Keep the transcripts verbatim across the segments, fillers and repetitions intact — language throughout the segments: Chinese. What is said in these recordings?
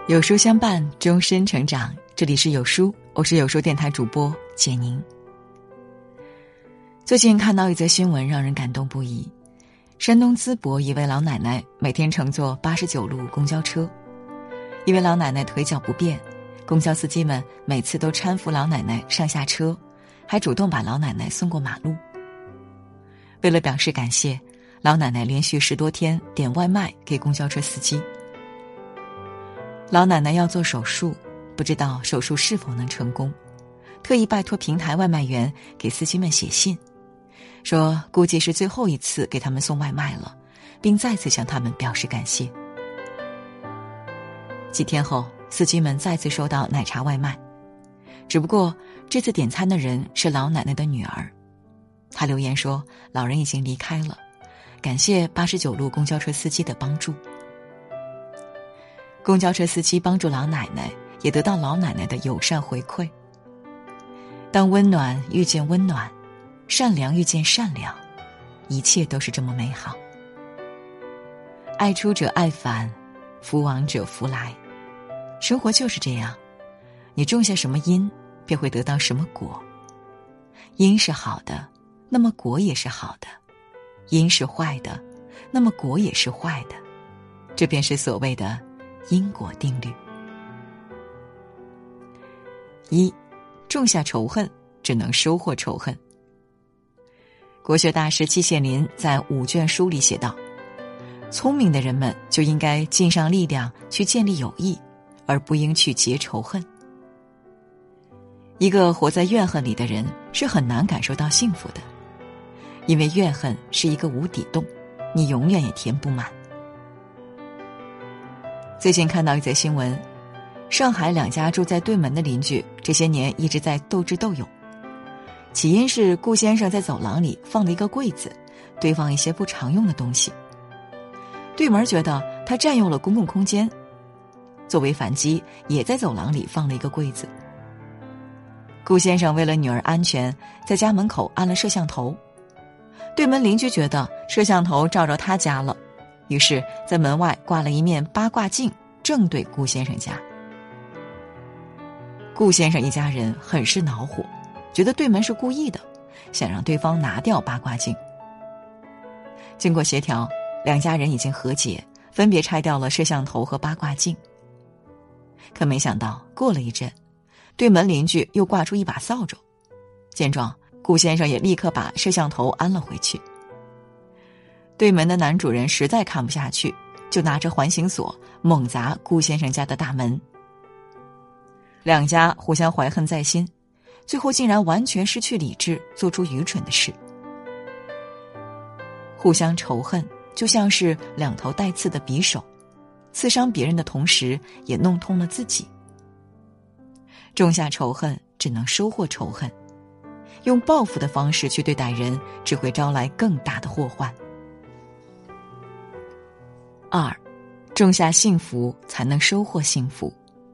有书相伴，终身成长。这里是有书，我是有书电台主播简宁。最近看到一则新闻，让人感动不已。山东淄博一位老奶奶每天乘坐八十九路公交车，因为老奶奶腿脚不便，公交司机们每次都搀扶老奶奶上下车，还主动把老奶奶送过马路。为了表示感谢，老奶奶连续十多天点外卖给公交车司机。老奶奶要做手术，不知道手术是否能成功，特意拜托平台外卖员给司机们写信，说估计是最后一次给他们送外卖了，并再次向他们表示感谢。几天后，司机们再次收到奶茶外卖，只不过这次点餐的人是老奶奶的女儿。她留言说，老人已经离开了，感谢八十九路公交车司机的帮助。公交车司机帮助老奶奶，也得到老奶奶的友善回馈。当温暖遇见温暖，善良遇见善良，一切都是这么美好。爱出者爱返，福往者福来。生活就是这样，你种下什么因，便会得到什么果。因是好的，那么果也是好的；因是坏的，那么果也是坏的。这便是所谓的因果定律。一，种下仇恨，只能收获仇恨。国学大师季羡林在五卷书里写道，聪明的人们就应该尽上力量去建立友谊，而不应去结仇恨。一个活在怨恨里的人是很难感受到幸福的，因为怨恨是一个无底洞，你永远也填不满。最近看到一则新闻，上海两家住在对门的邻居这些年一直在斗智斗勇。起因是顾先生在走廊里放了一个柜子，堆放一些不常用的东西。对门觉得他占用了公共空间，作为反击，也在走廊里放了一个柜子。顾先生为了女儿安全，在家门口安了摄像头。对门邻居觉得摄像头照着他家了，于是在门外挂了一面八卦镜，正对顾先生家。顾先生一家人很是恼火，觉得对门是故意的，想让对方拿掉八卦镜。经过协调，两家人已经和解，分别拆掉了摄像头和八卦镜。可没想到过了一阵，对门邻居又挂出一把扫帚，见状顾先生也立刻把摄像头安了回去。对门的男主人实在看不下去，就拿着环形锁猛砸顾先生家的大门。两家互相怀恨在心，最后竟然完全失去理智，做出愚蠢的事。互相仇恨就像是两头带刺的匕首，刺伤别人的同时也弄痛了自己。种下仇恨只能收获仇恨，用报复的方式去对待人，只会招来更大的祸患。二，种下幸福才能收获幸福。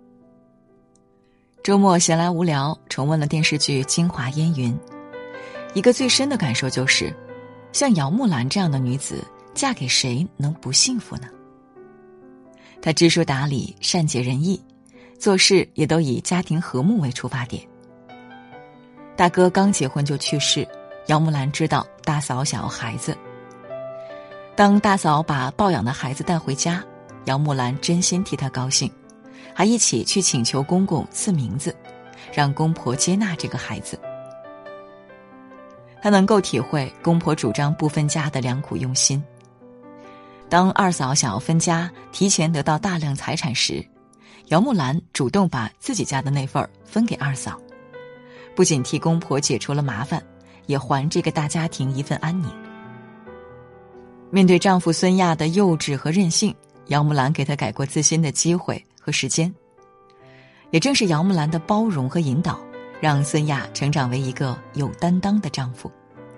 周末闲来无聊，重温了电视剧《京华烟云》，一个最深的感受就是，像姚木兰这样的女子，嫁给谁能不幸福呢？她知书达理，善解人意，做事也都以家庭和睦为出发点。大哥刚结婚就去世，姚木兰知道大嫂想要孩子。当大嫂把抱养的孩子带回家，姚木兰真心替她高兴，还一起去请求公公赐名字，让公婆接纳这个孩子。她能够体会公婆主张不分家的良苦用心。当二嫂想要分家，提前得到大量财产时，姚木兰主动把自己家的那份分给二嫂，不仅替公婆解除了麻烦，也还这个大家庭一份安宁。面对丈夫孙亚的幼稚和任性，姚木兰给他改过自新的机会和时间。也正是姚木兰的包容和引导，让孙亚成长为一个有担当的丈夫。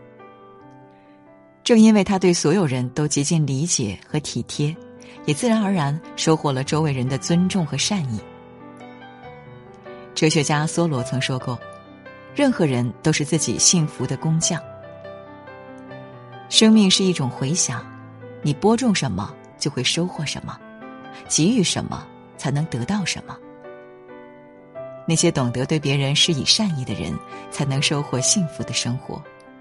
正因为他对所有人都极尽理解和体贴，也自然而然收获了周围人的尊重和善意。哲学家梭罗曾说过，任何人都是自己幸福的工匠。生命是一种回响，你播种什么就会收获什么，给予什么才能得到什么。那些懂得对别人施以善意的人，才能收获幸福的生活。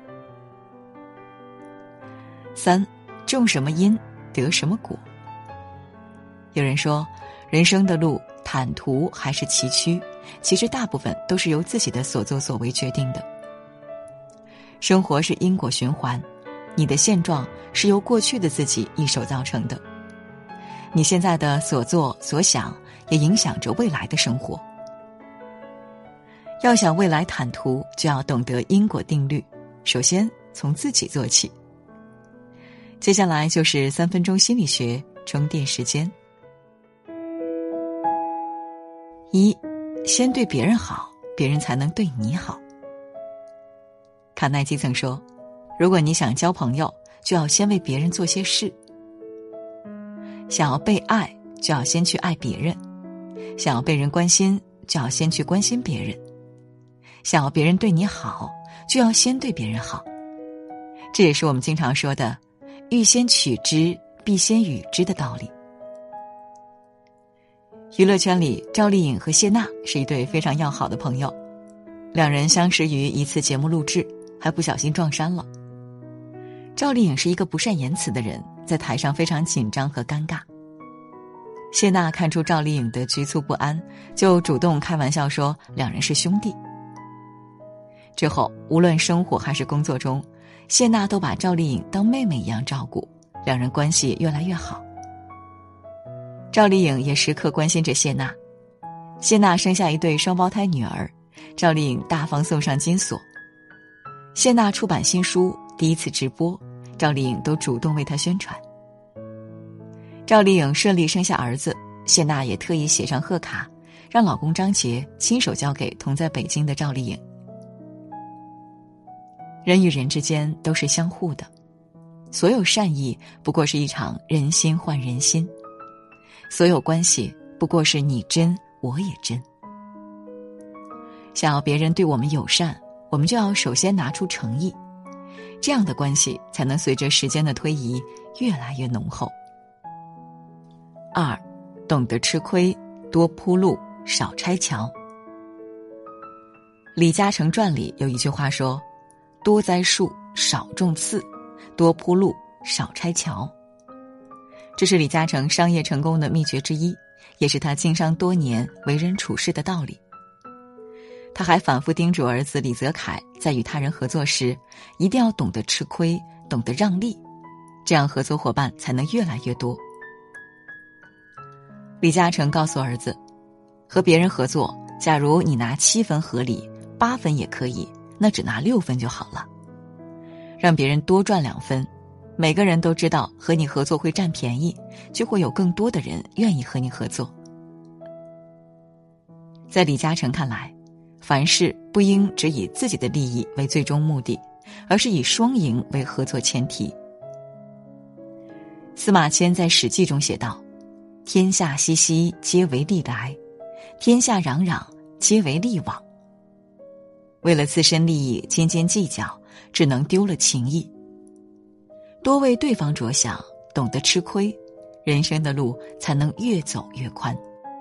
三，种什么因，得什么果。有人说，人生的路坦途还是崎岖，其实大部分都是由自己的所作所为决定的。生活是因果循环，你的现状是由过去的自己一手造成的，你现在的所作所想也影响着未来的生活。要想未来坦途，就要懂得因果定律，首先从自己做起。接下来就是三分钟心理学充电时间。一，先对别人好，别人才能对你好。卡耐基曾说，如果你想交朋友，就要先为别人做些事。想要被爱，就要先去爱别人；想要被人关心，就要先去关心别人；想要别人对你好，就要先对别人好。这也是我们经常说的欲先取之，必先予之的道理。娱乐圈里，赵丽颖和谢娜是一对非常要好的朋友，两人相识于一次节目录制，还不小心撞衫了。赵丽颖是一个不善言辞的人，在台上非常紧张和尴尬。谢娜看出赵丽颖的局促不安，就主动开玩笑说两人是兄弟。之后，无论生活还是工作中，谢娜都把赵丽颖当妹妹一样照顾，两人关系越来越好。赵丽颖也时刻关心着谢娜，谢娜生下一对双胞胎女儿，赵丽颖大方送上金锁。谢娜出版新书，第一次直播，赵丽颖都主动为她宣传。赵丽颖顺利生下儿子，谢娜也特意写上贺卡，让老公张杰亲手交给同在北京的赵丽颖。人与人之间都是相互的，所有善意不过是一场人心换人心，所有关系不过是你真我也真。想要别人对我们友善，我们就要首先拿出诚意，这样的关系才能随着时间的推移越来越浓厚。二，懂得吃亏，多铺路，少拆桥。李嘉诚传里有一句话说，多栽树，少种刺，多铺路，少拆桥。这是李嘉诚商业成功的秘诀之一，也是他经商多年为人处事的道理。他还反复叮嘱儿子李泽楷，在与他人合作时，一定要懂得吃亏，懂得让利，这样合作伙伴才能越来越多。李嘉诚告诉儿子，和别人合作，假如你拿七分合理，八分也可以，那只拿六分就好了。让别人多赚两分，每个人都知道和你合作会占便宜，就会有更多的人愿意和你合作。在李嘉诚看来，凡事不应只以自己的利益为最终目的，而是以双赢为合作前提。司马迁在《史记》中写道，天下熙熙，皆为利来；天下攘攘，皆为利往。为了自身利益斤斤计较，只能丢了情谊。多为对方着想，懂得吃亏，人生的路才能越走越宽。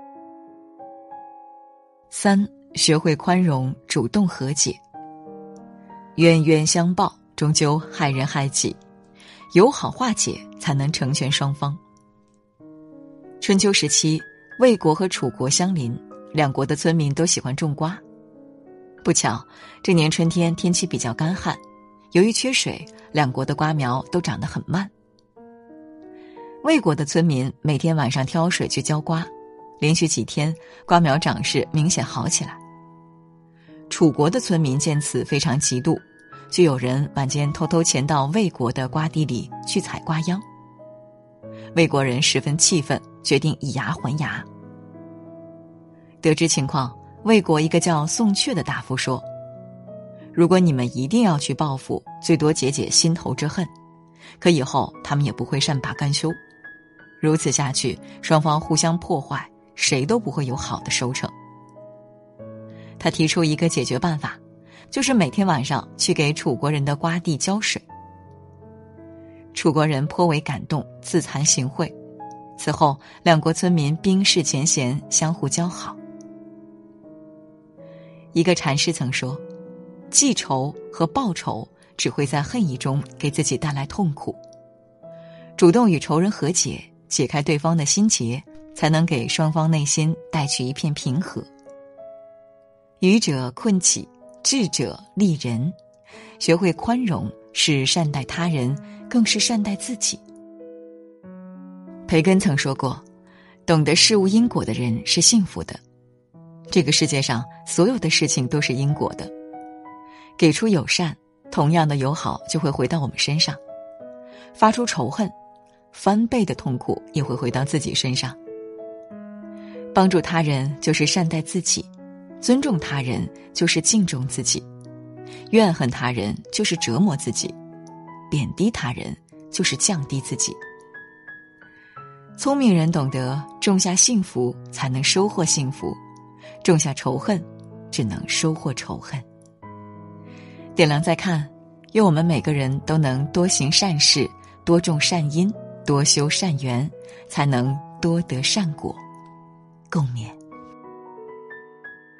三，学会宽容，主动和解。冤冤相报，终究害人害己，友好化解才能成全双方。春秋时期，魏国和楚国相邻，两国的村民都喜欢种瓜。不巧，这年春天天气比较干旱，由于缺水，两国的瓜苗都长得很慢。魏国的村民每天晚上挑水去浇瓜，连续几天，瓜苗长势明显好起来。楚国的村民见此非常嫉妒，就有人晚间偷偷潜到魏国的瓜地里去采瓜秧。魏国人十分气愤，决定以牙还牙。得知情况，魏国一个叫宋阙的大夫说，如果你们一定要去报复，最多解解心头之恨，可以后他们也不会善罢甘休。如此下去，双方互相破坏，谁都不会有好的收成。他提出一个解决办法，就是每天晚上去给楚国人的瓜地浇水。楚国人颇为感动，自惭形秽。 此后，两国村民冰释前嫌，相互交好。一个禅师曾说，记仇和报仇只会在恨意中给自己带来痛苦。主动与仇人和解，解开对方的心结，才能给双方内心带去一片平和。愚者困己，智者利人。学会宽容，是善待他人，更是善待自己。培根曾说过，懂得事物因果的人是幸福的。这个世界上所有的事情都是因果的，给出友善，同样的友好就会回到我们身上；发出仇恨，翻倍的痛苦也会回到自己身上。帮助他人就是善待自己，尊重他人就是敬重自己，怨恨他人就是折磨自己，贬低他人就是降低自己。聪明人懂得种下幸福才能收获幸福，种下仇恨只能收获仇恨。点亮再看，愿我们每个人都能多行善事，多种善因，多修善缘，才能多得善果。共勉。